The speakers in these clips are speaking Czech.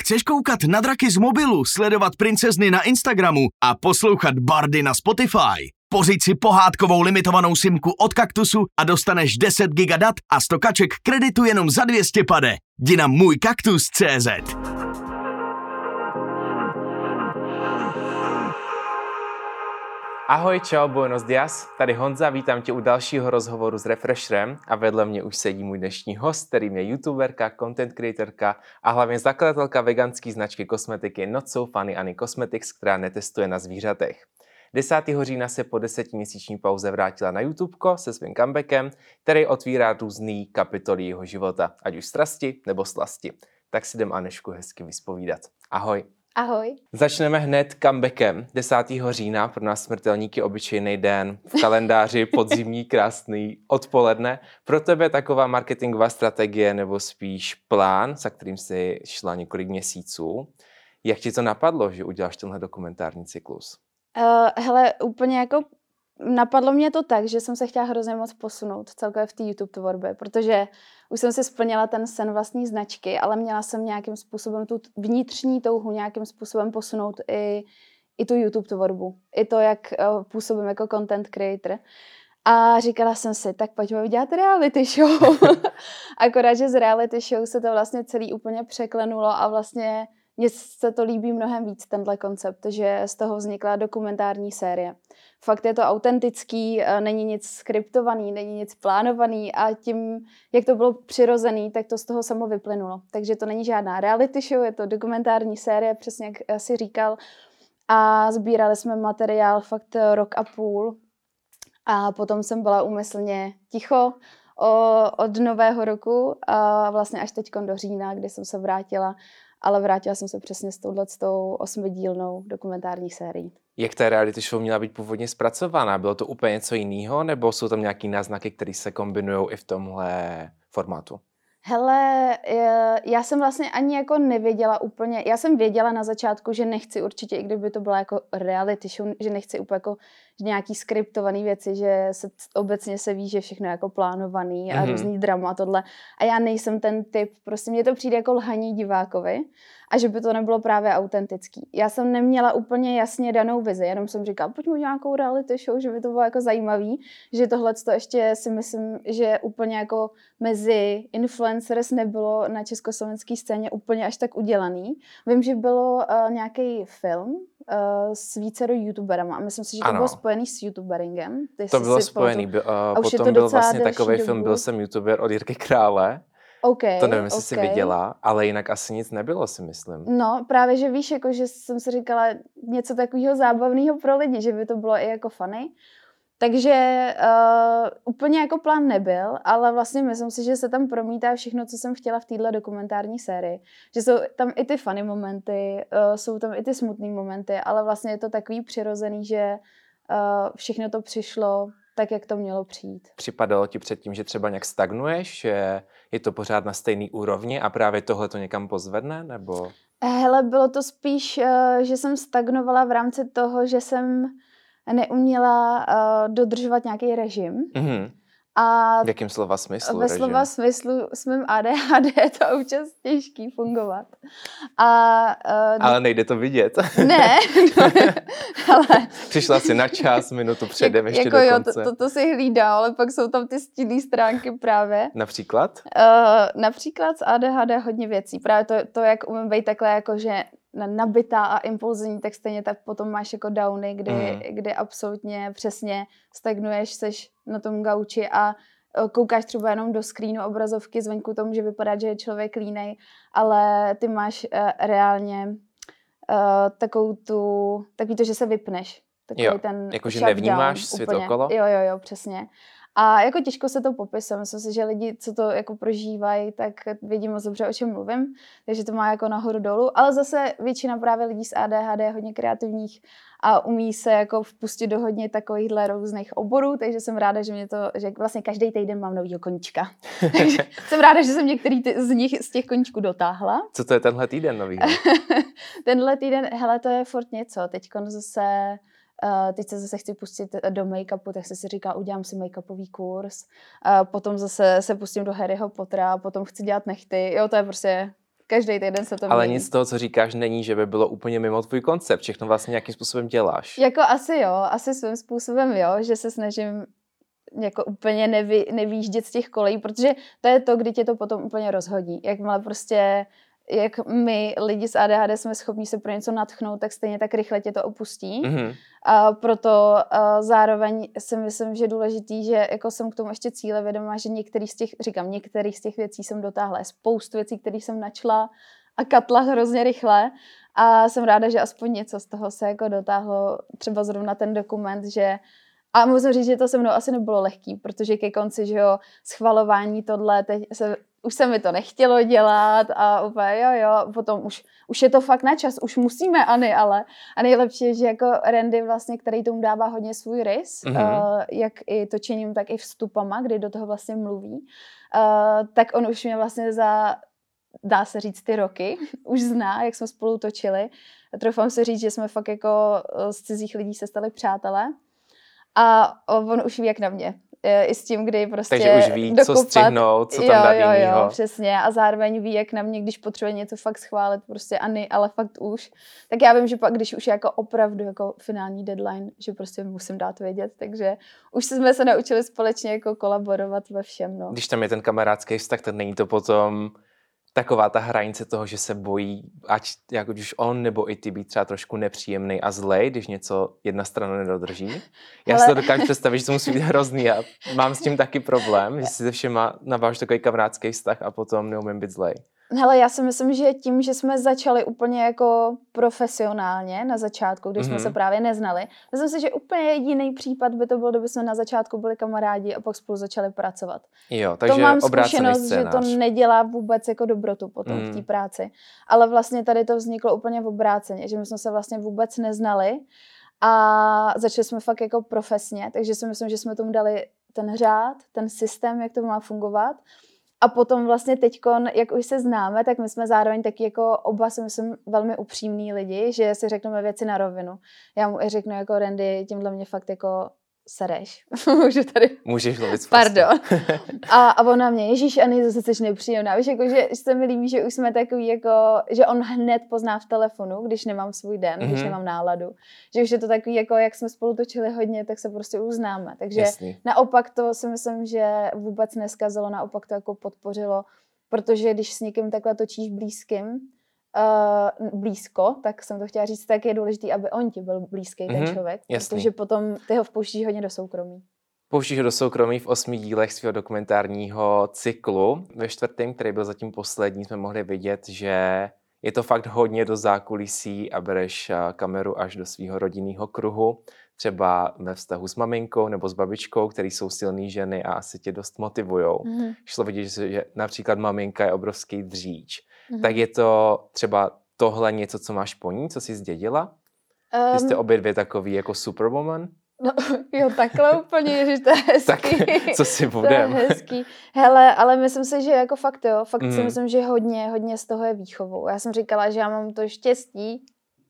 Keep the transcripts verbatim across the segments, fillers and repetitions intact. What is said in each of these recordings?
Chceš koukat na draky z mobilu, sledovat princezny na Instagramu a poslouchat bardy na Spotify? Pořiď si pohádkovou limitovanou simku od Kaktusu a dostaneš deset giga dat a sto kaček kreditu jenom za dvě stě pade. Jdi na můj kaktus tečka cé zet. Ahoj, čau, buenos dias, tady Honza, vítám tě u dalšího rozhovoru s Refresherem a vedle mě už sedí můj dnešní host, kterým je youtuberka, content creatorka a hlavně zakladatelka veganské značky kosmetiky Not So Funny Annie Cosmetics, která netestuje na zvířatech. desátého října se po desetiměsíční pauze vrátila na YouTubeko se svým comebackem, který otvírá různý kapitoly jeho života, ať už strasti nebo slasti. Tak si jdem Anešku hezky vyspovídat. Ahoj. Ahoj. Začneme hned comebackem. desátého října, pro nás smrtelníky obyčejný den, v kalendáři podzimní krásný odpoledne. Pro tebe taková marketingová strategie nebo spíš plán, za kterým jsi šla několik měsíců. Jak ti to napadlo, že uděláš tenhle dokumentární cyklus? Uh, hele, úplně jako napadlo mě to tak, že jsem se chtěla hrozně moc posunout celkově v té YouTube tvorbě, protože už jsem si splnila ten sen vlastní značky, ale měla jsem nějakým způsobem tu vnitřní touhu nějakým způsobem posunout i, i tu YouTube tvorbu. I to, jak uh, působím jako content creator. A říkala jsem si, tak pojďme udělat reality show. Akorát, že z reality show se to vlastně celý úplně překlenulo a vlastně mně se to líbí mnohem víc, tenhle koncept, že z toho vznikla dokumentární série. Fakt je to autentický, není nic skriptovaný, není nic plánovaný a tím, jak to bylo přirozený, tak to z toho samo vyplynulo. Takže to není žádná reality show, je to dokumentární série, přesně jak si říkal. A sbírali jsme materiál fakt rok a půl. A potom jsem byla úmyslně ticho o, od nového roku a vlastně až teďkon do října, kdy jsem se vrátila. Ale vrátila jsem se přesně s touhletou osmidílnou dokumentární sérií. Jak ta reality show měla být původně zpracovaná? Bylo to úplně něco jiného, nebo jsou tam nějaký náznaky, které se kombinují i v tomhle formátu? Hele, já jsem vlastně ani jako nevěděla úplně, já jsem věděla na začátku, že nechci určitě, i kdyby to byla jako reality show, že nechci úplně jako nějaký skriptovaný věci, že se obecně se ví, že všechno je jako plánovaný a mm-hmm. různý drama a tohle. A já nejsem ten typ, prostě mně to přijde jako lhaní divákovi a že by to nebylo právě autentický. Já jsem neměla úplně jasně danou vizi, jenom jsem říkala, pojďme udělat nějakou reality show, že by to bylo jako zajímavý, že tohle to ještě si myslím, že úplně jako mezi influencers nebylo na československé scéně úplně až tak udělaný. Vím, že bylo uh, nějaký film uh, s vícero youtuberama a myslím si, že to ano. bylo spojený s youtuberingem. Ty to bylo spojený, uh, potom byl vlastně takový dobu. Film Byl jsem youtuber od Jirky Krále. Okay, to nevím, jestli okay. jsi viděla, ale jinak asi nic nebylo, si myslím. No, právě, že víš, jako, že jsem si říkala něco takového zábavného pro lidi, že by to bylo i jako funny. Takže uh, úplně jako plán nebyl, ale vlastně myslím si, že se tam promítá všechno, co jsem chtěla v téhle dokumentární sérii. Že jsou tam i ty funny momenty, uh, jsou tam i ty smutné momenty, ale vlastně je to takový přirozený, že uh, všechno to přišlo tak, jak to mělo přijít. Připadalo ti předtím, že třeba nějak stagnuješ, že je to pořád na stejný úrovni a právě tohle to někam pozvedne, nebo? Hele, bylo to spíš, že jsem stagnovala v rámci toho, že jsem neuměla dodržovat nějaký režim. Mm-hmm. A v jakém slova smyslu? Ve režim? slova smyslu s mým A D H D je to občas těžký fungovat. A, uh, ale nejde to vidět. Ne. ale... Přišla si na čas, minutu předem, Jak, ještě jako do konce. Jo, to, to, to si hlídá, ale pak jsou tam ty stinné stránky právě. Například? Uh, například s A D H D hodně věcí. Právě to, to jak umím být takhle jakože nabitá a impulzní, tak stejně tak potom máš jako downy, kdy, mm. kdy absolutně přesně stagnuješ, seš na tom gauči a koukáš třeba jenom do screenu obrazovky zvenku tomu, že vypadá, že je člověk línej, ale ty máš uh, reálně uh, takovou tu, takový to, že se vypneš. Takový jo, ten jakože nevnímáš svět okolo? Jo, jo, jo, přesně. A jako těžko se to popisuje. Myslím si, že lidi, co to jako prožívají, tak vědí moc dobře, o čem mluvím. Takže to má jako nahoru dolů. Ale zase většina právě lidí s A D H D je hodně kreativních a umí se jako vpustit do hodně takovýchhle různých oborů, takže jsem ráda, že mě to, že vlastně každý týden mám novýho koníčka. Takže jsem ráda, že jsem některý ty, z nich, z těch koníčků dotáhla. Co to je tenhle týden novýho? Tenhle týden, hele, to je furt něco. Teďkon zase Uh, teď se zase chci pustit do make-upu, tak jsem si říkala, udělám si make-upový kurz. Uh, potom zase se pustím do Harryho Pottera, potom chci dělat nechty. Jo, to je prostě Každý týden se to Ale mění. nic z toho, co říkáš, není, že by bylo úplně mimo tvůj koncept. Všechno vlastně nějakým způsobem děláš. Jako asi jo, asi svým způsobem jo, že se snažím jako úplně nevy, nevýjíždět z těch kolejí, protože to je to, kdy tě to potom úplně rozhodí. Jakmile prostě, jak my lidi s A D H D jsme schopni se pro něco natchnout, tak stejně tak rychle tě to opustí. Mm-hmm. A proto a zároveň si myslím, že je důležitý, že jako jsem k tomu ještě cíle vědomá, že některý z těch, říkám, některých z těch věcí jsem dotáhla. Je spoustu věcí, které jsem načla a katla hrozně rychle. A jsem ráda, že aspoň něco z toho se jako dotáhlo, třeba zrovna ten dokument, že a musím říct, že to se mnou asi nebylo lehký, protože ke konci, že jo, schvalování tohle, teď se, už se mi to nechtělo dělat a úplně jo, jo, potom už, už je to fakt na čas, už musíme, Ani, ale a nejlepší je, že jako Randy vlastně, který tomu dává hodně svůj rys, mm-hmm. uh, jak i točením, tak i vstupama, kdy do toho vlastně mluví, uh, tak on už mě vlastně za, dá se říct, ty roky už zná, jak jsme spolu točili. Troufám se říct, že jsme fakt jako z cizích lidí se stali přátelé. A on už ví, jak na mě. I s tím, kdy prostě Takže už ví, dokupat. Co střihnout, co tam jo, dát jo, jinýho. Jo, přesně. A zároveň ví, jak na mě, když potřebuje něco fakt schválit, prostě Ani, ale fakt už. Tak já vím, že pak, když už je jako opravdu jako finální deadline, že prostě musím dát vědět. Takže už jsme se naučili společně jako kolaborovat ve všem. No. Když tam je ten kamarádský vztah, tak není to potom taková ta hranice toho, že se bojí, ať jako už on nebo i ty být třeba trošku nepříjemný a zlej, když něco jedna strana nedodrží. Já Ale... si to dokážu představit, že to musí být hrozný a mám s tím taky problém, že si se všema navážu takový kamarádský vztah a potom neumím být zlej. Hele, já si myslím, že tím, že jsme začali úplně jako profesionálně na začátku, když mm-hmm. jsme se právě neznali, myslím si, že úplně jiný případ by to bylo, kdyby jsme na začátku byli kamarádi a pak spolu začali pracovat. Jo, takže to mám obrácený zkušenost, scénář. Že to nedělá vůbec jako dobrotu potom mm. v té práci. Ale vlastně tady to vzniklo úplně v obráceně, že my jsme se vlastně vůbec neznali a začali jsme fakt jako profesně, takže si myslím, že jsme tomu dali ten řád, ten systém, jak to má fungovat. A potom vlastně teďkon, jak už se známe, tak my jsme zároveň taky jako oba si myslím velmi upřímní lidi, že si řekneme věci na rovinu. Já mu i řeknu jako Randy, tímhle mě fakt jako sereš. Můžu tady... Můžeš mluvit Pardon. A, a ona mě, ježíš, Ani, zase jsi nepříjemná. Víš, jako, že se mi líbí, že už jsme takový jako, že on hned pozná v telefonu, když nemám svůj den, mm-hmm. když nemám náladu. Že už je to takový, jako jak jsme spolu točili hodně, tak se prostě uznáme. Takže Jasný. Naopak to si myslím, že vůbec neskazilo, naopak to jako podpořilo, protože když s někým takhle točíš blízkým, Uh, blízko, tak jsem to chtěla říct, tak je důležitý, aby on ti byl blízký, ten mm-hmm, člověk, jasný. Protože potom ty ho vpouštíš hodně do soukromí. Pouštíš ho do soukromí v osmi dílech svého dokumentárního cyklu. Ve čtvrtém, který byl zatím poslední, jsme mohli vidět, že je to fakt hodně do zákulisí a bereš kameru až do svého rodinného kruhu, třeba ve vztahu s maminkou nebo s babičkou, který jsou silné ženy a asi tě dost motivujou. Mm-hmm. Šlo vidět, že, že například maminka je obrovský dříč. Mm-hmm. Tak je to třeba tohle něco, co máš po ní, co jsi zdědila? Um, že jste obě dvě takový jako superwoman? No jo, takhle úplně, ježiš, to je hezký. Tak co si budem? To je hezký. Hele, ale myslím si, že jako fakt jo, fakt mm. si myslím, že hodně, hodně z toho je výchovou. Já jsem říkala, že já mám to štěstí.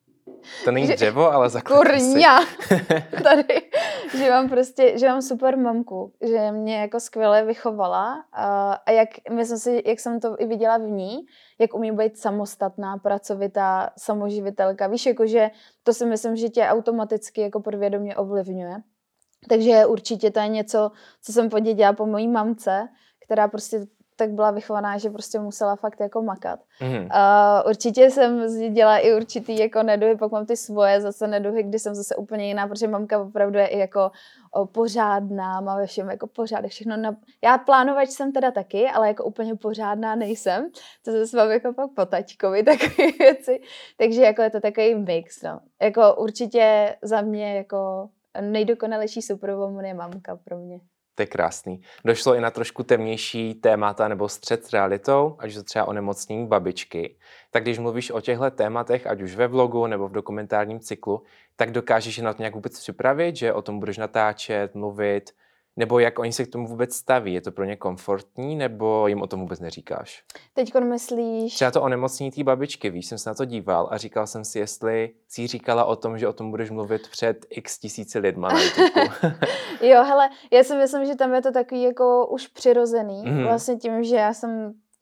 To není dřevo, ale zaklad si. Kurňa, tady, že mám prostě, že mám super mamku, že mě jako skvěle vychovala a, a jak, myslím si, jak jsem to i viděla v ní, jak umí být samostatná, pracovitá, samoživitelka. Víš, jakože to si myslím, že tě automaticky jako podvědomě ovlivňuje. Takže určitě to je něco, co jsem podědila po mojí mamce, která prostě tak byla vychovaná, že prostě musela fakt jako makat. Mm. Uh, určitě jsem zdědila i určitý jako neduhy, pak mám ty svoje zase neduhy, kdy jsem zase úplně jiná, protože mamka opravdu je i jako o, pořádná, má ve všem jako pořádek, všechno na... Já plánovač jsem teda taky, ale jako úplně pořádná nejsem, to zase mám jako pak po taťkovi takové věci, takže jako je to takový mix, no. Jako určitě za mě jako nejdokonalejší superwoman je mamka pro mě. To je krásný. Došlo i na trošku temnější témata nebo střet s realitou, ať to třeba onemocnění babičky. Tak když mluvíš o těchto tématech, ať už ve vlogu nebo v dokumentárním cyklu, tak dokážeš je na to nějak vůbec připravit, že o tom budeš natáčet, mluvit, nebo jak oni se k tomu vůbec staví? Je to pro ně komfortní, nebo jim o tom vůbec neříkáš? Teďko myslíš... Třeba to onemocnění té babičky, víš, jsem se na to díval a říkal jsem si, jestli jsi říkala o tom, že o tom budeš mluvit před x tisíci lidma na YouTube. Jo, hele, já si myslím, že tam je to takový jako už přirozený. Mm-hmm. Vlastně tím, že já jsem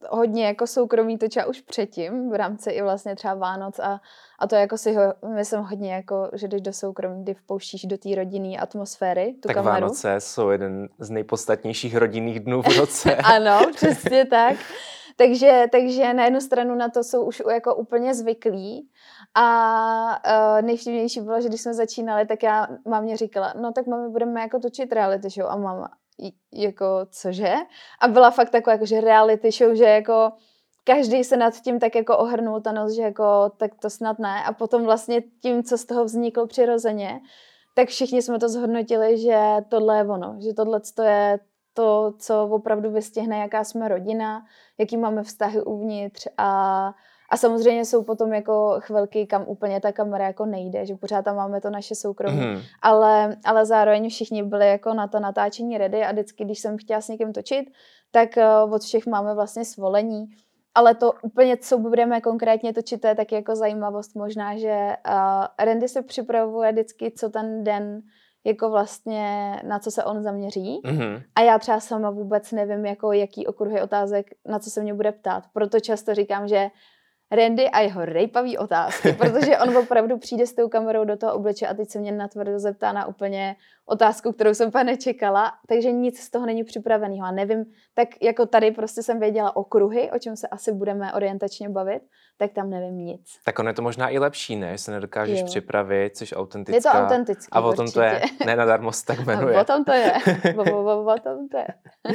hodně jako soukromý točila už předtím, v rámci i vlastně třeba Vánoc a, a to jako si ho, myslím hodně jako, že jdeš do soukromí, kdy vpouštíš do té rodinné atmosféry tu tak kameru. Vánoce jsou jeden z nejpodstatnějších rodinných dnů v roce. Ano, přesně tak. Takže, takže na jednu stranu na to jsou už jako úplně zvyklí a uh, nejvtipnější bylo, že když jsme začínali, tak já mámě říkala, no tak mami, budeme jako točit reality show a máma, jako cože? A byla fakt taková jako, že reality show, že jako každý se nad tím tak jako ohrnul ta nos, že jako tak to snad ne. A potom vlastně tím, co z toho vzniklo přirozeně, tak všichni jsme to zhodnotili, že tohle je ono, že tohle je to, co opravdu vystihne, jaká jsme rodina, jaký máme vztahy uvnitř a, a samozřejmě jsou potom jako chvilky, kam úplně ta kamera jako nejde, že pořád tam máme to naše soukromí, mm. ale, ale zároveň všichni byli jako na to natáčení ready a vždycky, když jsem chtěla s někým točit, tak uh, od všech máme vlastně svolení, ale to úplně, co budeme konkrétně točit, to je taky jako zajímavost možná, že uh, Randy se připravuje vždycky, co ten den jako vlastně na co se on zaměří mm-hmm. a já třeba sama vůbec nevím, jako jaký okruhy otázek, na co se mě bude ptát. Proto často říkám, že Randy a jeho rejpavý otázky, protože on opravdu přijde s tou kamerou do toho obliče a teď se mě natvrdo zeptá na úplně otázku, kterou jsem úplně nečekala, takže nic z toho není připraveného a nevím, tak jako tady prostě jsem věděla okruhy, o čem se asi budeme orientačně bavit, tak tam nevím nic. Tak ono je to možná i lepší, ne? Že se nedokážeš jo. připravit, jsi autentická. Je to autentický, a o tom určitě. To je, ne nadarmo se tak jmenuje. A o tom to je, o tom to je.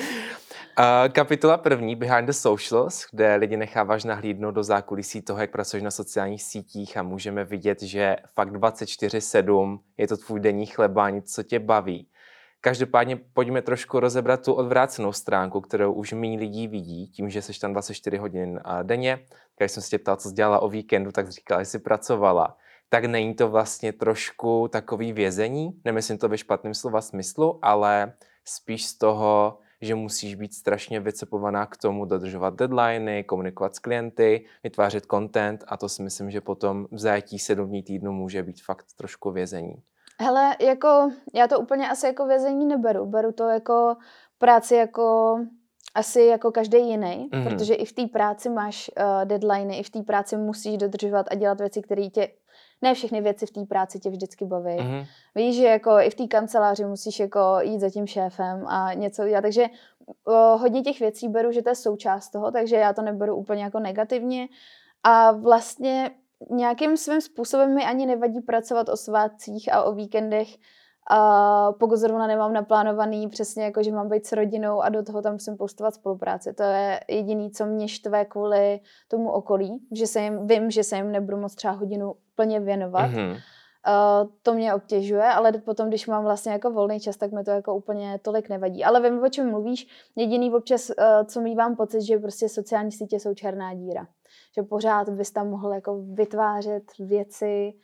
Uh, kapitola první, Behind the Socials, kde lidi necháváš nahlídnout do zákulisí toho, jak pracuješ na sociálních sítích a můžeme vidět, že fakt dvacet čtyři sedm je to tvůj denní chleba, nic, co tě baví. Každopádně pojďme trošku rozebrat tu odvrácenou stránku, kterou už méně lidí vidí, tím, že jsi tam dvacet čtyři hodin denně. Když jsem se tě ptal, co jsi dělala o víkendu, tak jsi říkala, že jsi pracovala. Tak není to vlastně trošku takový vězení? Nemyslím to ve špatném slova smyslu, ale spíš z toho, že musíš být strašně vycepovaná k tomu, dodržovat deadliny, komunikovat s klienty, vytvářet content a to si myslím, že potom v zajetí sedm dní týdnu může být fakt trošku vězení. Hele, jako já to úplně asi jako vězení neberu. Beru to jako práci jako asi jako každý jiný, mm-hmm. protože i v té práci máš uh, deadliny, i v té práci musíš dodržovat a dělat věci, které tě, ne všechny věci v té práci tě vždycky baví. Mm-hmm. Víš, že jako i v té kanceláři musíš jako jít za tím šéfem a něco dělat, takže uh, hodně těch věcí beru, že to je součást toho, takže já to neberu úplně jako negativně a vlastně nějakým svým způsobem mi ani nevadí pracovat o svátcích a o víkendech, a pokud zrovna nemám naplánovaný přesně jako, že mám být s rodinou a do toho tam musím postovat spolupráci. To je jediný, co mě štve kvůli tomu okolí, že se jim, vím, že se jim nebudu moc třeba hodinu plně věnovat. Mm-hmm. Uh, to mě obtěžuje, ale potom, když mám vlastně jako volný čas, tak mi to jako úplně tolik nevadí. Ale vím, o čem mluvíš. Jediný občas, uh, co mívám pocit, že prostě sociální sítě jsou černá díra. Že pořád bys tam mohl jako vytvářet věci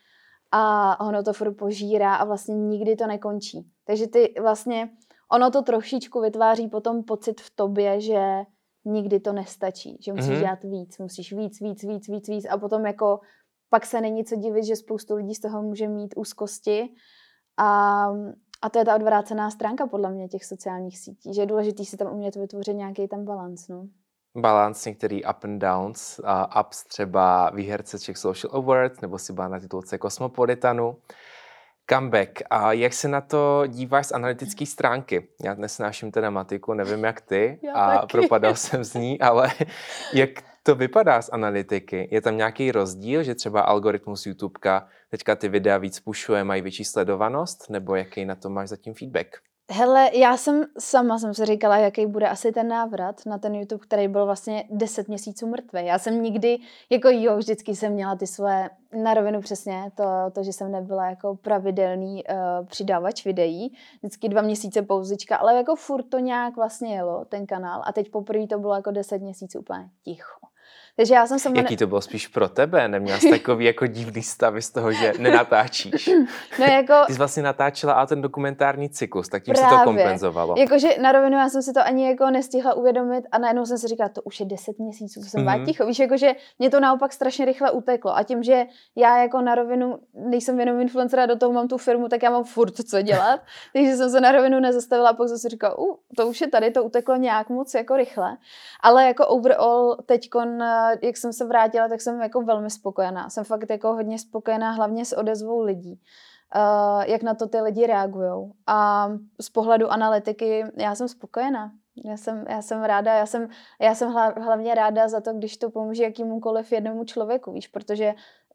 a ono to furt požírá a vlastně nikdy to nekončí. Takže ty vlastně, ono to trošičku vytváří potom pocit v tobě, že nikdy to nestačí, že musíš mm-hmm. dělat víc, musíš víc, víc, víc, víc, víc a potom jako pak se není co divit, že spoustu lidí z toho může mít úzkosti a, a to je ta odvrácená stránka podle mě těch sociálních sítí, že je důležitý si tam umět vytvořit nějaký ten balans, no. Balans některý up and downs, uh, ups třeba výherce Czech Social Awards, nebo si byla na titulce Cosmopolitanu. Comeback. A jak se na to díváš z analytické stránky? Já nesnáším tematiku, nevím jak ty Já a taky. propadal jsem z ní, ale jak to vypadá z analytiky? Je tam nějaký rozdíl, že třeba algoritmus YouTubeka teďka ty videa víc pušuje, mají větší sledovanost, nebo jaký na to máš zatím feedback? Hele, já jsem sama jsem si říkala, jaký bude asi ten návrat na ten YouTube, který byl vlastně deset měsíců mrtvý. Já jsem nikdy, jako jo, vždycky jsem měla ty svoje, na rovinu přesně, to, to že jsem nebyla jako pravidelný uh, přidávač videí, vždycky dva měsíce pauzička, ale jako furt to nějak vlastně jelo, ten kanál. A teď poprvé to bylo jako deset měsíců úplně ticho. Takže já jsem se... Jaký to bylo spíš pro tebe? Neměla jsi takový jako divný stavy z toho, že nenatáčíš? No jako... Ty jsi vlastně natáčela a ten dokumentární cyklus, tak tím Právě. se to kompenzovalo. Jakože na rovinu já jsem si to ani jako nestihla uvědomit a najednou jsem si říkala, to už je deset měsíců, co jsem byla mm-hmm. ticho. Víš, jakože mě to naopak strašně rychle uteklo. A tím, že já jako na rovinu nejsem jenom influencer a do toho mám tu firmu, tak já mám furt co dělat. Takže jsem se na rovinu nezastavila a pak jsem si říkala, uh, to už je tady, to uteklo nějak moc jako rychle. Ale jako overall teďkon, jak jsem se vrátila, tak jsem jako velmi spokojená. Jsem fakt jako hodně spokojená, hlavně s odezvou lidí. Uh, jak na to ty lidi reagujou. A z pohledu analytiky já jsem spokojená. Já jsem, já jsem ráda, já jsem, já jsem hlavně ráda za to, když to pomůže jakýmukoliv jednomu člověku, víš, protože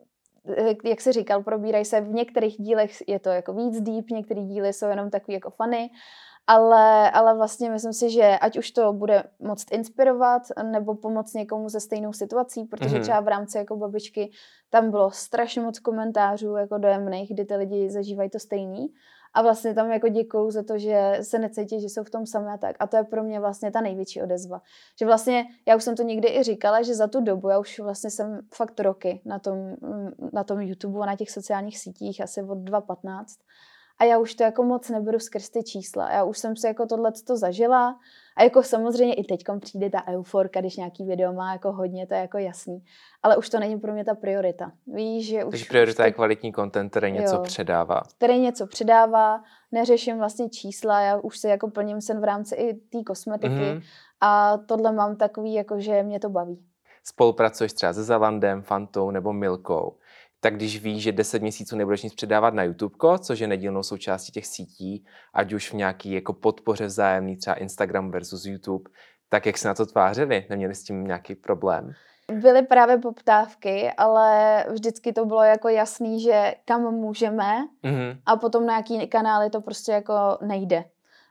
jak jsi říkal, probírají se v některých dílech, je to jako víc deep, některé díly jsou jenom takový jako funny, ale, ale vlastně myslím si, že ať už to bude moct inspirovat nebo pomoct někomu se stejnou situací, protože třeba v rámci jako babičky tam bylo strašně moc komentářů jako dojemných, kdy ty lidi zažívají to stejný a vlastně tam jako děkuju za to, že se necítí, že jsou v tom sami a tak. A to je pro mě vlastně ta největší odezva. Že vlastně, já už jsem to někdy i říkala, že za tu dobu, já už vlastně jsem fakt roky na tom, na tom YouTube a na těch sociálních sítích, asi od dva tisíce patnáct. A já už to jako moc neberu skrz ty čísla. Já už jsem si jako tohleto zažila a jako samozřejmě i teďkom přijde ta euforka, když nějaký video má jako hodně, to je jako jasný. Ale už to není pro mě ta priorita. Víš, že už... Takže priorita už je kvalitní content, který něco jo, předává. Který něco předává, neřeším vlastně čísla, já už si jako plním sen v rámci i té kosmetiky mm-hmm. a tohle mám takový, jako že mě to baví. Spolupracuješ třeba se Zalandem, Fantou nebo Milkou. Tak když víš, že deset měsíců nebudeš nic předávat na YouTube, což je nedílnou součástí těch sítí, ať už v nějaký jako podpoře vzájemný, třeba Instagram versus YouTube, tak jak se na to tvářili? Neměli s tím nějaký problém? Byly právě poptávky, ale vždycky to bylo jako jasný, že kam můžeme mm-hmm. a potom na jaký kanály to prostě jako nejde.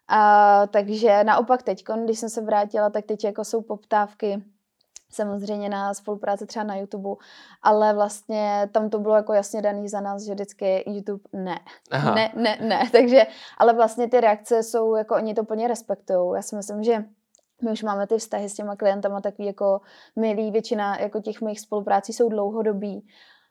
A, takže naopak teď, když jsem se vrátila, tak teď jako jsou poptávky samozřejmě na spolupráci třeba na YouTube, ale vlastně tam to bylo jako jasně daný za nás, že vždycky YouTube ne. Aha. Ne, ne, ne. Takže, ale vlastně ty reakce jsou, jako oni to plně respektujou. Já si myslím, že my už máme ty vztahy s těma klientama takový jako milý, většina jako těch mých spoluprácí jsou dlouhodobí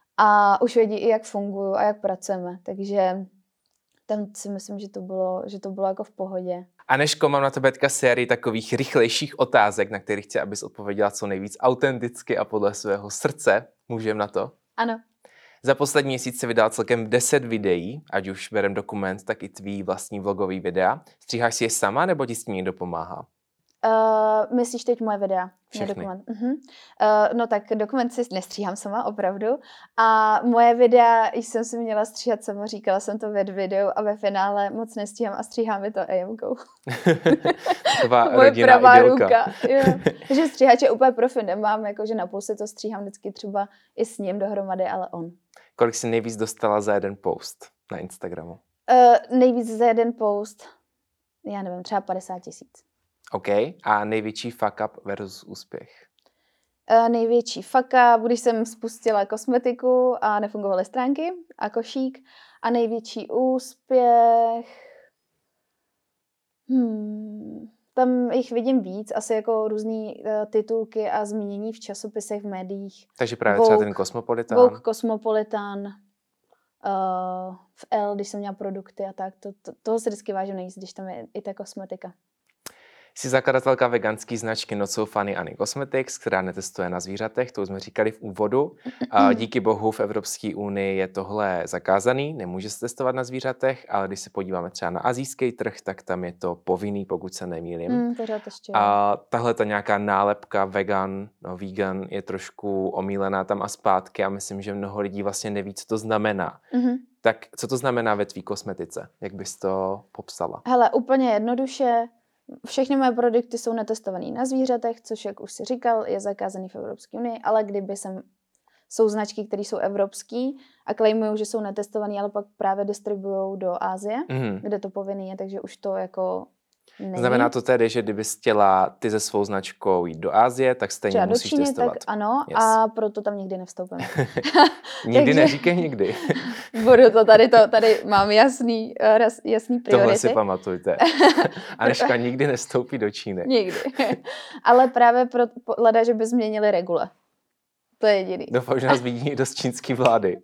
a už vědí i jak fungují a jak pracujeme, takže tam si myslím, že to bylo, že to bylo jako v pohodě. Anežko, mám na tebe teďka sérii takových rychlejších otázek, na kterých chci, abys odpověděla co nejvíc autenticky a podle svého srdce. Můžeme na to? Ano. Za poslední měsíc se vydal celkem deset videí, ať už berem dokument, tak i tvý vlastní vlogový videa. Stříháš si je sama, nebo ti s tím někdo pomáhá? Uh, myslíš teď moje videa? Všechny. Dokument. Uh-huh. Uh, no tak dokument si nestříhám sama, opravdu. A moje videa jsem si měla stříhat sama, říkala jsem to ve videu a ve finále moc nestříhám a stříhám mi to EMkou. Tvá moje rodina pravá idylka. ruka. Jo. Takže stříhač je úplně profi, nemám, jakože napůl si to stříhám vždycky třeba i s ním dohromady, ale on. Kolik jsi nejvíc dostala za jeden post na Instagramu? Uh, nejvíc za jeden post, já nevím, třeba padesát tisíc. OK. A největší fuck up versus úspěch? Uh, největší fuck up, když jsem spustila kosmetiku a nefungovaly stránky a košík. A největší úspěch... Hmm, tam jich vidím víc, asi jako různý uh, titulky a zmínění v časopisech, v médiích. Takže právě Vogue, třeba ten Cosmopolitan. Vogue, Cosmopolitan, uh, v L, když jsem měla produkty a tak. To, to, toho se vždycky vážím nejvíc, když tam je i ta kosmetika. Jsi zakladatelka veganské značky Not So Funny Annie Cosmetics, která netestuje na zvířatech, to jsme říkali v úvodu. A díky bohu v Evropské unii je tohle zakázaný, nemůže se testovat na zvířatech, ale když se podíváme třeba na asijský trh, tak tam je to povinný, pokud se nemýlím. Mm, a tahle ta nějaká nálepka vegan, no vegan je trošku omílená tam a zpátky a myslím, že mnoho lidí vlastně neví, co to znamená. Mm-hmm. Tak co to znamená ve tvý kosmetice? Jak bys to popsala? Hele, úplně jednoduše. Všechny moje produkty jsou netestované na zvířatech, což, jak už si říkal, je zakázaný v Evropské unii, ale kdyby jsem, jsou značky, které jsou evropský a claimují, že jsou netestované, ale pak právě distribuují do Asie, mm. kde to povinný je, takže už to jako není. Znamená to tedy, že kdyby chtěla ty se svou značkou jít do Asie, tak stejně třeba musíš do Číny, testovat. Tak ano, yes. A proto tam nikdy nevstoupím. Nikdy takže... neříkej nikdy. Budu to tady, to, tady mám jasný, jasný priority. Tohle si pamatujte. Anežka nikdy nestoupí do Číny. Nikdy. Ale právě pro, leda, že by změnili regule. To je jediný. Doufám, že nás vidí někdo z čínské vlády.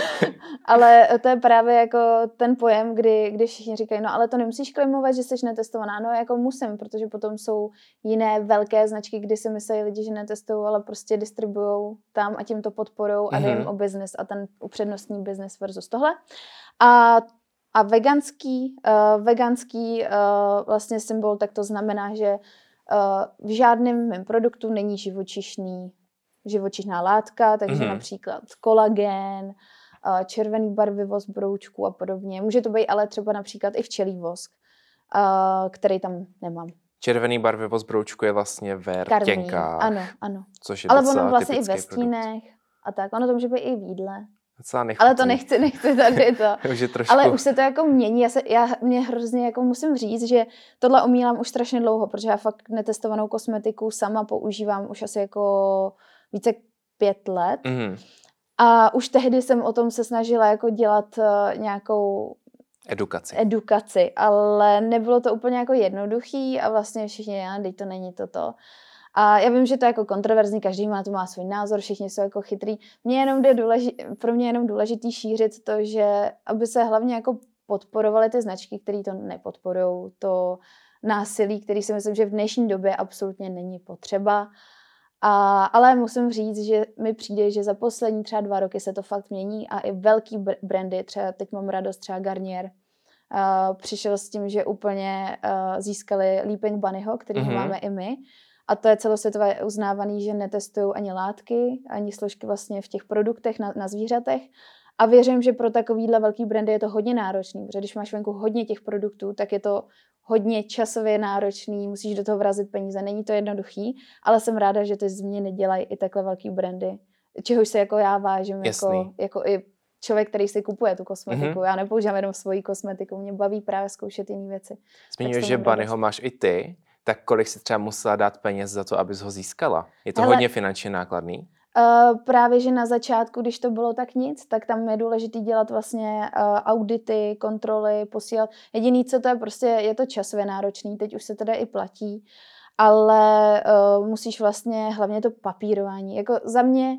Ale to je právě jako ten pojem, kdy, kdy všichni říkají, no ale to nemusíš klimovat, že jsi netestovaná. No jako musím, protože potom jsou jiné velké značky, kdy si myslí lidi, že netestují, ale prostě distribujou tam a tím to podporou a jde jim o business a ten upřednostní business versus tohle. A, a veganský, uh, veganský uh, vlastně symbol, tak to znamená, že uh, v žádném mém produktu není živočišný, živočišná látka, takže mm-hmm. například kolagen, červený barvivo z broučku a podobně. Může to být ale třeba například i včelí vosk, který tam nemám. Červený barvivo z broučku je vlastně ve rtěnkách. Ano, ano. Což je ale ono vlastně i ve stínech a tak. Ono to může být i v jídle. Ale to nechci, nechci tady to. už trošku... Ale už se to jako mění. Já, se, já mě hrozně jako musím říct, že tohle omílám už strašně dlouho, protože já fakt netestovanou kosmetiku sama používám už asi jako více pět let. Mm. A už tehdy jsem o tom se snažila jako dělat uh, nějakou edukaci. edukaci, ale nebylo to úplně jako jednoduchý a vlastně všichni, já, teď to není toto. A já vím, že to je jako kontroverzní, každý má to má svůj názor, všichni jsou jako chytrý. Mně jenom jde důležitý, pro mě je jenom důležitý šířit to, že aby se hlavně jako podporovaly ty značky, které to nepodporují, to násilí, který si myslím, že v dnešní době absolutně není potřeba. A, ale musím říct, že mi přijde, že za poslední třeba dva roky se to fakt mění a i velký brandy, třeba teď mám radost, třeba Garnier, uh, přišel s tím, že úplně uh, získali Leaping Bunnyho, který mm-hmm. máme i my. A to je celosvětově uznávaný, že netestují ani látky, ani složky vlastně v těch produktech na, na zvířatech. A věřím, že pro takovýhle velký brandy je to hodně náročný, protože když máš venku hodně těch produktů, tak je to hodně časově náročný, musíš do toho vrazit peníze, není to jednoduchý, ale jsem ráda, že ty změny dělají i takhle velký brandy, čehož se jako já vážím, jako, jako i člověk, který si kupuje tu kosmetiku. Mm-hmm. Já nepoužívám jenom svoji kosmetiku, mě baví právě zkoušet jiné věci. Zmiňuješ, že Bunnyho máš i ty, tak kolik si třeba musela dát peněz za to, abys ho získala? Je to Hele, hodně finančně nákladný? Uh, právě, že na začátku, když to bylo tak nic, tak tam je důležité dělat vlastně uh, audity, kontroly, posílat. Jediný, co to je, prostě je to časově náročný, teď už se teda i platí, ale uh, musíš vlastně hlavně to papírování. Jako za mě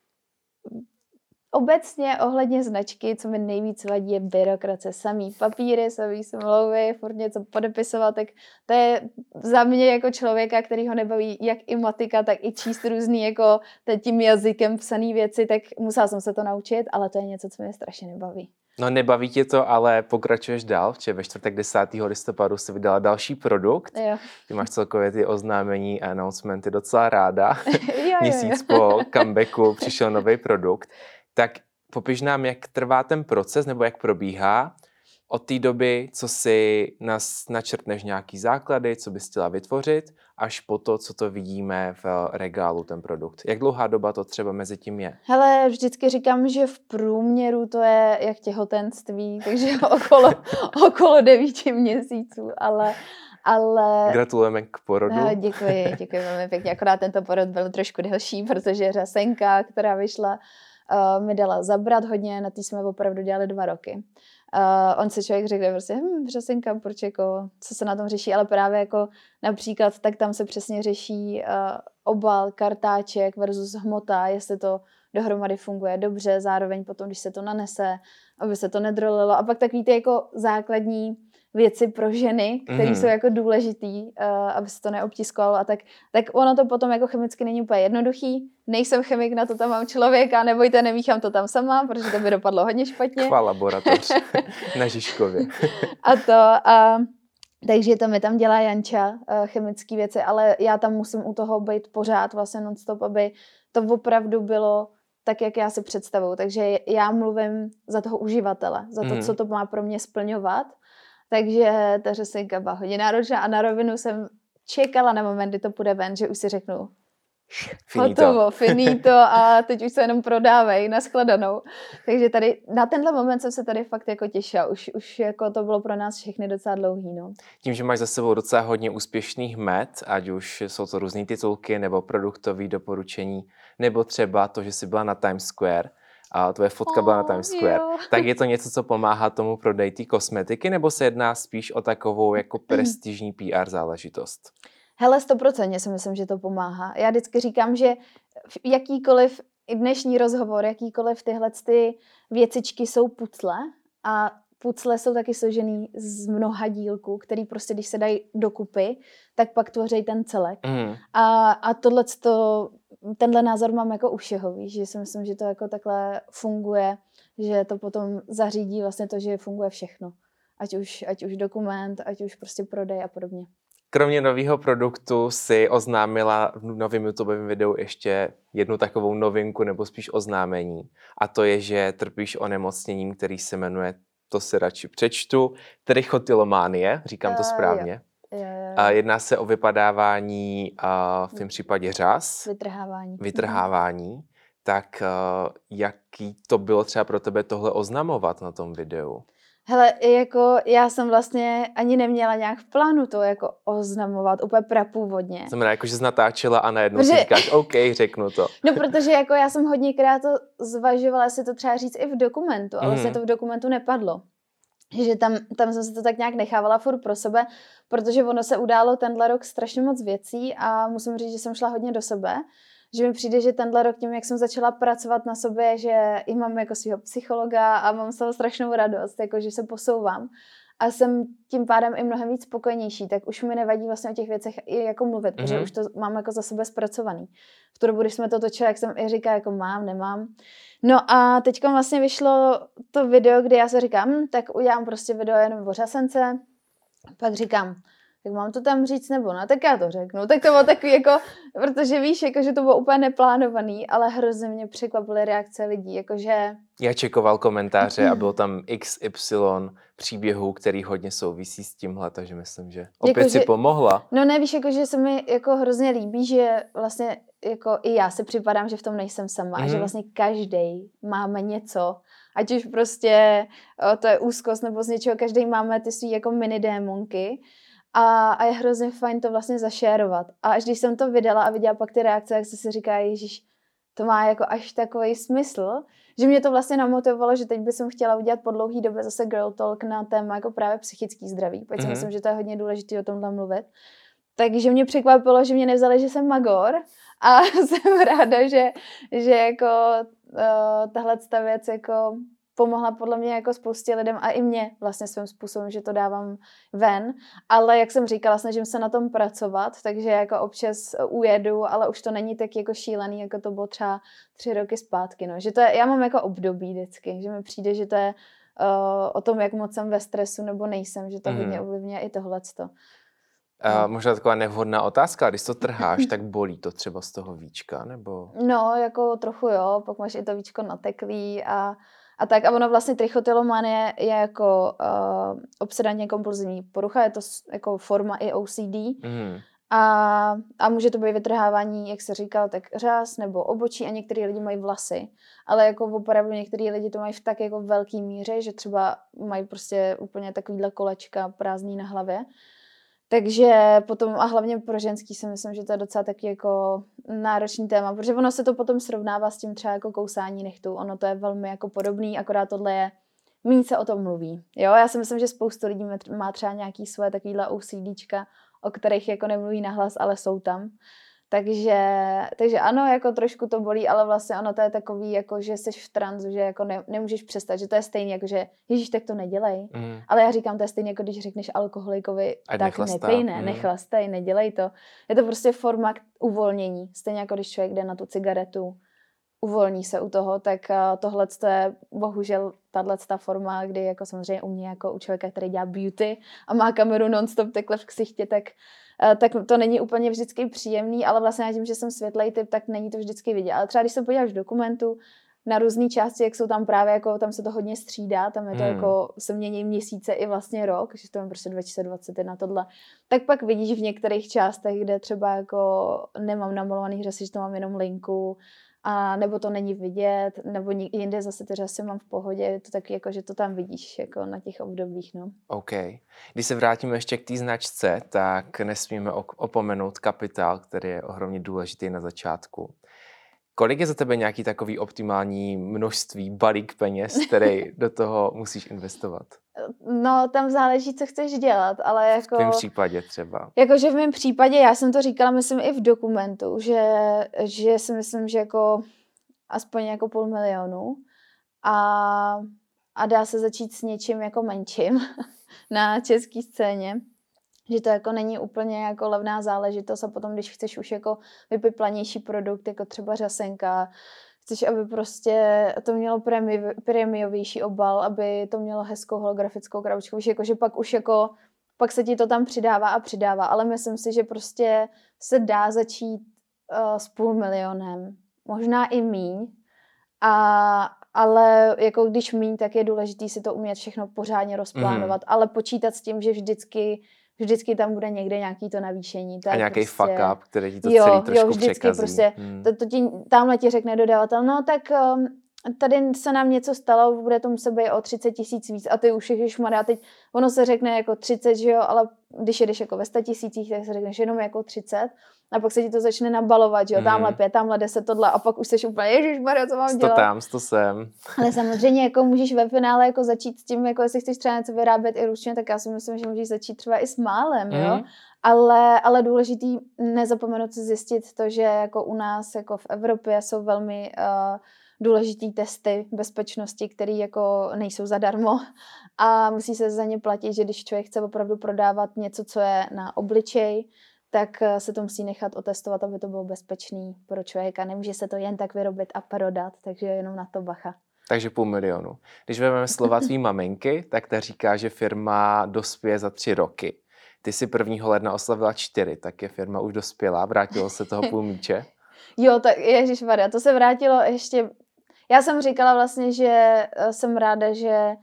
obecně ohledně značky, co mi nejvíc vadí, je byrokracie. Samý papíry, samý smlouvy, furt něco podepisovat, tak to je za mě jako člověka, který ho nebaví jak i matika, tak i číst různý jako tím jazykem psaný věci, tak musela jsem se to naučit, ale to je něco, co mě strašně nebaví. No nebaví tě to, ale pokračuješ dál, včera ve čtvrtek desátého listopadu si vydala další produkt. Jo. Ty máš celkově ty oznámení a announcementy docela ráda. jo, Měsíc jo. po comebacku přišel nový produkt. Tak popiš nám, jak trvá ten proces, nebo jak probíhá od té doby, co si nas, načrtneš nějaký základy, co bys chtěla vytvořit, až po to, co to vidíme v regálu, ten produkt. Jak dlouhá doba to třeba mezi tím je? Hele, vždycky říkám, že v průměru to je jak těhotenství, takže okolo, okolo devíti měsíců, ale... Ale... Gratulujeme k porodu. No, děkuji, děkuji velmi pěkně. Akorát tento porod byl trošku delší, protože řasenka, která vyšla, Uh, mi dala zabrat hodně, na tý jsme opravdu dělali dva roky. Uh, on si člověk řekne prostě, hm, řasenka, proč jako, co se na tom řeší, ale právě jako například, tak tam se přesně řeší uh, obal, kartáček versus hmota, jestli to dohromady funguje dobře, zároveň potom, když se to nanese, aby se to nedrolilo. A pak takový ty jako základní věci pro ženy, které mm. jsou jako důležitý, uh, aby se to neobtiskovalo a tak, tak ono to potom jako chemicky není úplně jednoduchý. Nejsem chemik, na to tam mám člověka, nebojte, nemíchám to tam sama, protože to by dopadlo hodně špatně. Chvál laboratoř na Žižkově. a to, a, takže to mi tam dělá Janča, uh, chemické věci, ale já tam musím u toho být pořád vlastně non-stop, aby to opravdu bylo tak, jak já si představuju. Takže já mluvím za toho uživatele, za to, mm. co to má pro mě splňovat. Takže ta řasenka byla hodně náročná a na rovinu jsem čekala na moment, kdy to půjde ven, že už si řeknu finito. Hotovo, finito a teď už se jenom prodávají na skladanou. Takže tady na tenhle moment jsem se tady fakt jako těšila. Už, už jako to bylo pro nás všechny docela dlouhý. No. Tím, že máš za sebou docela hodně úspěšných met, ať už jsou to různý titulky nebo produktové doporučení, nebo třeba to, že jsi byla na Times Square, a tvoje fotka byla oh, na Times Square, jo. tak je to něco, co pomáhá tomu prodeji té kosmetiky, nebo se jedná spíš o takovou jako prestižní P R záležitost? Hele, stoprocentně si myslím, že to pomáhá. Já vždycky říkám, že jakýkoliv i dnešní rozhovor, jakýkoliv tyhle ty věcičky jsou pucle a pucle jsou taky složený z mnoha dílků, který prostě, když se dají dokupy, tak pak tvoří ten celek. Mm. A, a tohleto, tenhle názor mám jako u všeho, víš, že si myslím, že to jako takhle funguje, že to potom zařídí vlastně to, že funguje všechno. Ať už, ať už dokument, ať už prostě prodej a podobně. Kromě nového produktu si oznámila v novém YouTubeovém videu ještě jednu takovou novinku, nebo spíš oznámení. A to je, že trpíš onemocněním, který se jmenuje, to si radši přečtu, trichotylománie, říkám to správně. Uh, jo. Jo, jo. A jedná se o vypadávání, a v tom případě řas. Vytrhávání. Vytrhávání. Tak jaký to bylo třeba pro tebe tohle oznamovat na tom videu? Hele, jako já jsem vlastně ani neměla nějak v plánu to jako oznamovat úplně prapůvodně. Znamená, jako, že jsi natáčela a najednou Protože... si říkáš, OK, řeknu to. No, protože jako já jsem hodněkrát to zvažovala, jestli to třeba říct i v dokumentu, ale mm. vlastně to v dokumentu nepadlo. Že tam, tam jsem se to tak nějak nechávala furt pro sebe, protože ono se událo tenhle rok strašně moc věcí a musím říct, že jsem šla hodně do sebe. Že mi přijde, že tenhle rok tím, jak jsem začala pracovat na sobě, že i mám jako svého psychologa a mám z toho strašnou radost, jako že se posouvám a jsem tím pádem i mnohem víc spokojenější, tak už mi nevadí vlastně o těch věcech i jako mluvit, mm-hmm. protože už to mám jako za sebe zpracovaný. V tu dobu, když jsme to točili, jak jsem i říkala, jako mám, nemám. No a teďka vlastně vyšlo to video, kdy já se říkám, hm, tak udělám prostě video jenom o řasence, pak říkám, tak mám to tam říct nebo ne, tak já to řeknu. Tak to bylo takový jako, protože víš, jako, že to bylo úplně neplánovaný, ale hrozně mě překvapily reakce lidí, jakože... Já čekoval komentáře a bylo tam iks ypsilon příběhů, který hodně souvisí s tímhle, takže myslím, že opět jako, si že, pomohla. No ne, víš, jako, že se mi jako hrozně líbí, že vlastně jako i já si připadám, že v tom nejsem sama, mm. že vlastně každej máme něco, ať už prostě o, to je úzkost nebo z něčeho, každej máme ty svý jako mini démonky. A, a je hrozně fajn to vlastně zašérovat. A až když jsem to vydala a viděla pak ty reakce, jak se si říká, ježiš, to má jako až takový smysl, že mě to vlastně namotivovalo, že teď bych jsem chtěla udělat po dlouhý době zase girl talk na téma jako právě psychický zdraví, protože mm-hmm. si myslím, že to je hodně důležité o tomhle mluvit. Takže mě překvapilo, že mě nevzali, že jsem magor a jsem ráda, že, že jako uh, tahle ta věc jako pomohla podle mě jako spoustě lidem a i mě vlastně svým způsobem, že to dávám ven, ale jak jsem říkala, snažím se na tom pracovat, takže jako občas ujedu, ale už to není tak jako šílený, jako to bylo třeba tři roky zpátky, no. Že to je, já mám jako období vždycky, že mi přijde, že to je uh, o tom, jak moc jsem ve stresu nebo nejsem, že to mm. hodně ovlivňuje i tohleto. Uh, možná taková nevhodná otázka, když to trháš, tak bolí to třeba z toho víčka, nebo? No, jako trochu jo, pak máš i to víčko nateklý a A tak a ono vlastně trichotillomanie je jako uh, obsedantně kompulzivní porucha, je to jako forma i O C D mm. a, a může to být vytrhávání, jak se říkal, tak řas nebo obočí a některý lidi mají vlasy, ale jako opravdu některý lidi to mají v tak jako velký míře, že třeba mají prostě úplně takovýhle kolečka prázdný na hlavě. Takže potom, a hlavně pro ženský si myslím, že to je docela taky jako náročný téma, protože ono se to potom srovnává s tím třeba jako kousání nechtů. Ono to je velmi jako podobný, akorát tohle je, méně se o tom mluví. Jo, já si myslím, že spoustu lidí má třeba nějaký svoje takovýhle OCDčka, o kterých jako nemluví nahlas, ale jsou tam. Takže, takže ano, jako trošku to bolí, ale vlastně ono to je takový, jako že jsi v tranzu, že jako ne, nemůžeš přestat, že to je stejně, jako že ježíš, tak to nedělej. Mm. Ale já říkám, to je stejně, jako když řekneš alkoholikovi, Ať tak nechlastá. nepij, ne, mm. nechlastej, nedělej to. Je to prostě forma k uvolnění. Stejně jako když člověk jde na tu cigaretu, uvolní se u toho, tak tohle je bohužel tato forma, kdy jako samozřejmě u mě, jako u člověka, který dělá beauty a má kameru non-stop takhle v ksichtě, tak tak to není úplně vždycky příjemný, ale vlastně tím, že jsem světlej typ, tak není to vždycky vidět. Ale třeba když se podíváš v dokumentu na různé části, jak jsou tam právě, jako tam se to hodně střídá, tam je to hmm. jako, se mění měsíce i vlastně rok, že to je prostě dva tisíce dvacet jedna tohle, tak pak vidíš v některých částech, kde třeba jako nemám namalovaný řasy, že to mám jenom linku, a nebo to není vidět, nebo jinde zase ty řasy mám v pohodě, je to taky jako, že to tam vidíš jako na těch obdobích, no. OK. Když se vrátíme ještě k té značce, tak nesmíme opomenout kapitál, který je ohromně důležitý na začátku. Kolik je za tebe nějaký takový optimální množství, balík peněz, který do toho musíš investovat? No, tam záleží, co chceš dělat, ale jako... V tvém případě třeba. Jakože v mém případě, já jsem to říkala, myslím i v dokumentu, že, že si myslím, že jako aspoň jako půl milionu a, a dá se začít s něčím jako menším na české scéně. Že to jako není úplně jako levná záležitost a potom, když chceš už jako vypiplanější produkt, jako třeba řasenka, chceš, aby prostě to mělo prémi, prémiovější obal, aby to mělo hezkou holografickou krabičku, víš, jako, že pak už jako, pak se ti to tam přidává a přidává, ale myslím si, že prostě se dá začít uh, s půl milionem, možná i míň, a, ale jako když míň, tak je důležitý si to umět všechno pořádně rozplánovat, mm. ale počítat s tím, že vždycky Vždycky tam bude někde nějaký to navýšení. To a nějaký prostě fuck up, který ti to jo, celý trošku jo, vždycky překazí. Prostě, hmm. to, to ti, tamhle ti řekne dodavatel, no tak um, tady se nám něco stalo, bude to muset být o třicet tisíc víc a ty už ježišmarja, teď ono se řekne jako třicet, že jo, ale když jedeš jako ve sta tisících, tak se řekne, že jenom jako třicet a pak se ti to začne nabalovat, že jo, tamhle pět, tamhle deset, tohle a pak už jsi úplně, ježišmarja, co mám sto dělat. Sto tam, sto sem. Ale samozřejmě jako můžeš ve finále jako začít s tím, jako jestli chceš třeba něco vyrábět i ručně, tak já si myslím, že můžeš začít třeba i s málem, mm. jo. Ale, ale důležitý nezapomenout si zjistit to, že jako u nás jako v Evropě jsou velmi uh, důležitý testy bezpečnosti, které jako nejsou zadarmo a musí se za ně platit, že když člověk chce opravdu prodávat něco, co je na obličej, tak se to musí nechat otestovat, aby to bylo bezpečný pro člověka. Nemůže se to jen tak vyrobit a prodat, takže jenom na to bacha. Takže půl milionu. Když vezmeme slova tvý maminky, tak ta říká, že firma dospěje za tři roky. Ty si prvního ledna oslavila čtyři, tak je firma už dospělá, vrátilo se toho půl míče. Jo, tak ježišmarja, to se vrátilo ještě... Já jsem říkala vlastně, že jsem ráda, že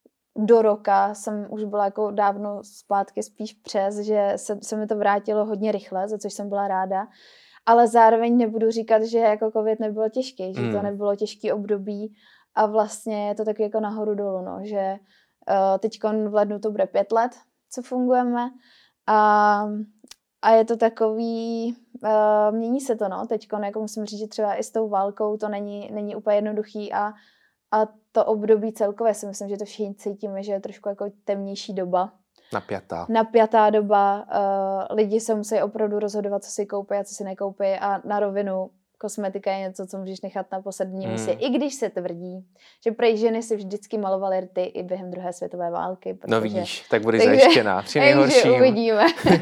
do roka jsem už byla jako dávno zpátky spíš přes, že se, se mi to vrátilo hodně rychle, za což jsem byla ráda. Ale zároveň nebudu říkat, že jako covid nebylo těžký, že to nebylo těžký období a vlastně je to taky jako nahoru dolů, no, že uh, teďkon v lednu to bude pět let, co fungujeme a, a je to takový, uh, mění se to, no, teďkon jako musím říct, že třeba i s tou válkou to není, není úplně jednoduchý a, a to období celkově si myslím, že to všichni cítíme, že je trošku jako temnější doba. Napjatá. Napjatá doba. Uh, lidi se musí opravdu rozhodovat, co si koupí a co si nekoupí a na rovinu kosmetika je něco, co můžeš nechat na posledním místě. Mm. I když se tvrdí, že prej ženy si vždycky malovaly rty i během druhé světové války. Protože... No vidíš, tak budeš zajištěná. Při nejhorším. Uvidíme.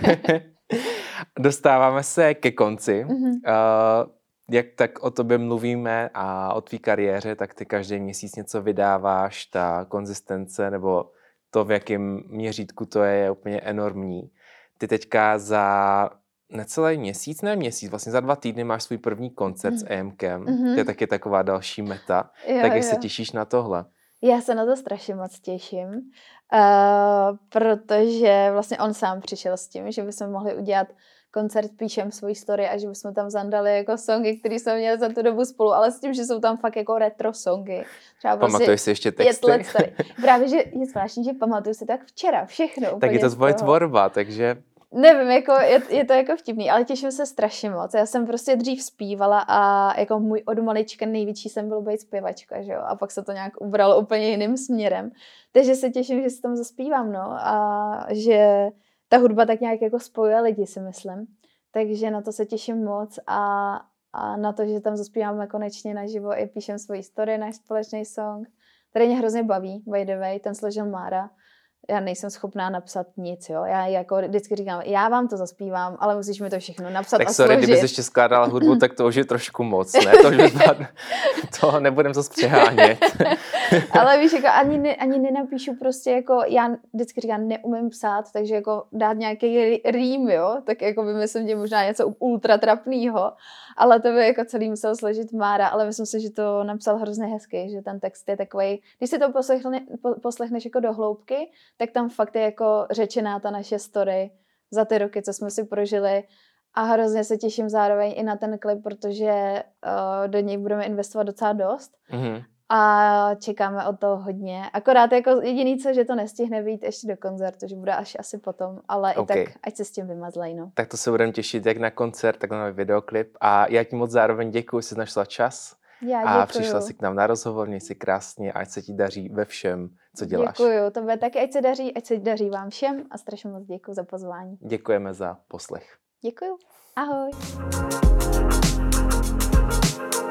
Dostáváme se ke konci. Mm-hmm. Uh, jak tak o tobě mluvíme a o tvý kariéře, tak ty každý měsíc něco vydáváš, ta konzistence nebo to, v jakém měřítku to je, je úplně enormní. Ty teďka za necelý měsíc, ne měsíc, vlastně za dva týdny máš svůj první koncert mm. s EMkem. Mm-hmm. To je taky taková další meta. Jo, tak jak jo. se těšíš na tohle? Já se na to strašně moc těším, uh, protože vlastně on sám přišel s tím, že bychom mohli udělat koncert Píšem svůj story a že bychom tam zandali jako songy, které jsme měli za tu dobu spolu, ale s tím, že jsou tam fakt jako retro songy. Třeba pamatuješ prostě si ještě texty? Let starý. Právě, že je zvláštní, že pamatuju si tak včera všechno. Tak je to tvoje tvorba, takže... Nevím, jako je, je to jako vtipný, ale těším se strašně moc. Já jsem prostě dřív zpívala a jako můj od malička největší jsem byl být zpěvačka, že jo? A pak se to nějak ubralo úplně jiným směrem. Takže se těším, že si tam zaspívám, no. A že ta hudba tak nějak jako spojuje lidi, si myslím. Takže na to se těším moc a, a na to, že tam zaspíváme konečně naživo i Píšem svoji story, náš společný song, který mě hrozně baví, by the way, ten složil Mára. Já nejsem schopná napsat nic, jo. Já jako vždycky říkám, já vám to zaspívám, ale musíš mi to všechno napsat tak a sorry, složit. kdybys ještě skládala hudbu, tak to už je trošku moc, ne? To, už to nebudem zase přehánět. Ale víš, jako ani, ne, ani nenapíšu prostě jako, já vždycky říkám, neumím psát, takže jako dát nějaký rým, jo, tak jako vymyslím tě možná něco ultra trapnýho, ale to by jako celý musel složit Mára, ale myslím si, že to napsal hrozně hezky, že ten text je takovej, když si to poslechne, po, poslechneš jako do hloubky, tak tam fakt je jako řečená ta naše story za ty roky, co jsme si prožili a hrozně se těším zároveň i na ten klip, protože uh, do něj budeme investovat docela dost mm-hmm. a čekáme od toho hodně. Akorát jako jediný co, že to nestihne být ještě do koncertu, že bude až asi potom, ale okay. I tak ať se s tím vymazlej, no. Tak to se budeme těšit jak na koncert, tak na videoklip a já ti moc zároveň děkuji, že jsi našla čas. Já a přišla si k nám na rozhovor, měj si krásně, ať se ti daří ve všem, co děláš. Děkuju, tobě taky, ať se daří, ať se daří vám všem a strašně moc děkuju za pozvání. Děkujeme za poslech. Děkuju, ahoj.